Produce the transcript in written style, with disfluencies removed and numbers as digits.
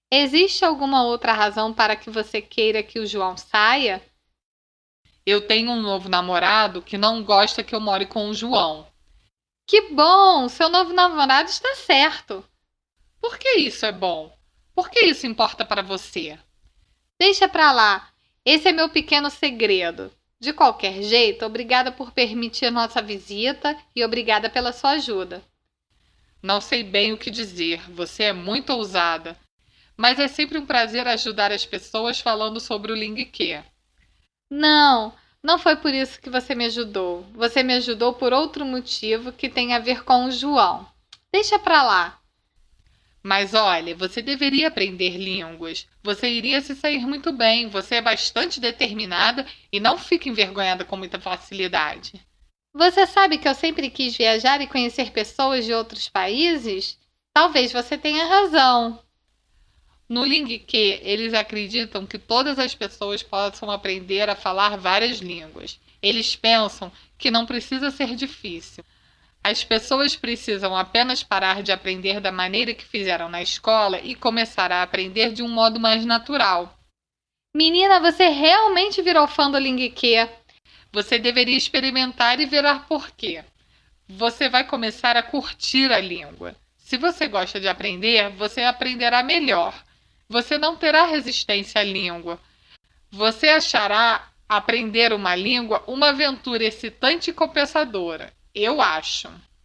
Existe alguma outra razão para que você queira que o João saia? Eu tenho um novo namorado que não gosta que eu more com o João. Que bom! Seu novo namorado está certo. Por que isso é bom? Por que isso importa para você? Deixa pra lá. Esse é meu pequeno segredo. De qualquer jeito, obrigada por permitir nossa visita e obrigada pela sua ajuda. Não sei bem o que dizer, você é muito ousada. Mas é sempre um prazer ajudar as pessoas falando sobre o Ling Ke. Não, não foi por isso que você me ajudou. Você me ajudou por outro motivo que tem a ver com o João. Deixa pra lá. Mas olha, você deveria aprender línguas. Você iria se sair muito bem. Você é bastante determinada e não fica envergonhada com muita facilidade. Você sabe que eu sempre quis viajar e conhecer pessoas de outros países? Talvez você tenha razão. No Ling Ke, eles acreditam que todas as pessoas possam aprender a falar várias línguas. Eles pensam que não precisa ser difícil. As pessoas precisam apenas parar de aprender da maneira que fizeram na escola e começar a aprender de um modo mais natural. Menina, você realmente virou fã do Ling Ke. Você deveria experimentar e ver por quê. Você vai começar a curtir a língua. Se você gosta de aprender, você aprenderá melhor. Você não terá resistência à língua. Você achará aprender uma língua uma aventura excitante e compensadora. Eu acho.